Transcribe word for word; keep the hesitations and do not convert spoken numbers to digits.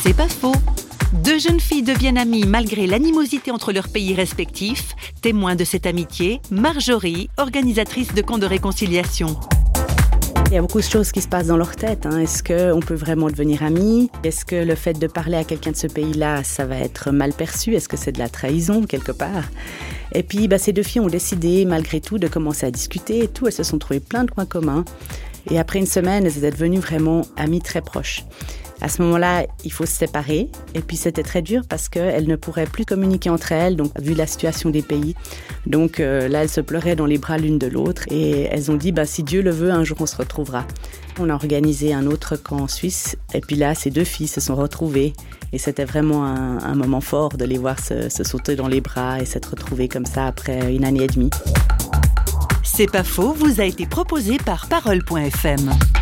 C'est pas faux. Deux jeunes filles deviennent amies malgré l'animosité entre leurs pays respectifs. Témoin de cette amitié, Marjorie, organisatrice de camps de réconciliation. Il y a beaucoup de choses qui se passent dans leur tête. Hein. Est-ce qu'on peut vraiment devenir amis ? Est-ce que le fait de parler à quelqu'un de ce pays-là, ça va être mal perçu ? Est-ce que c'est de la trahison quelque part ? Et puis, bah, ces deux filles ont décidé, malgré tout, de commencer à discuter et tout. Elles se sont trouvées plein de points communs. Et après une semaine, elles étaient devenues vraiment amies très proches. À ce moment-là, il faut se séparer. Et puis, c'était très dur parce qu'elles ne pourraient plus communiquer entre elles, donc, vu la situation des pays. Donc euh, là, elles se pleuraient dans les bras l'une de l'autre. Et elles ont dit, bah, si Dieu le veut, un jour, on se retrouvera. On a organisé un autre camp en Suisse. Et puis là, ces deux filles se sont retrouvées. Et c'était vraiment un, un moment fort de les voir se, se sauter dans les bras et s'être retrouvées comme ça après une année et demie. C'est pas faux, vous a été proposé par Parole point F M.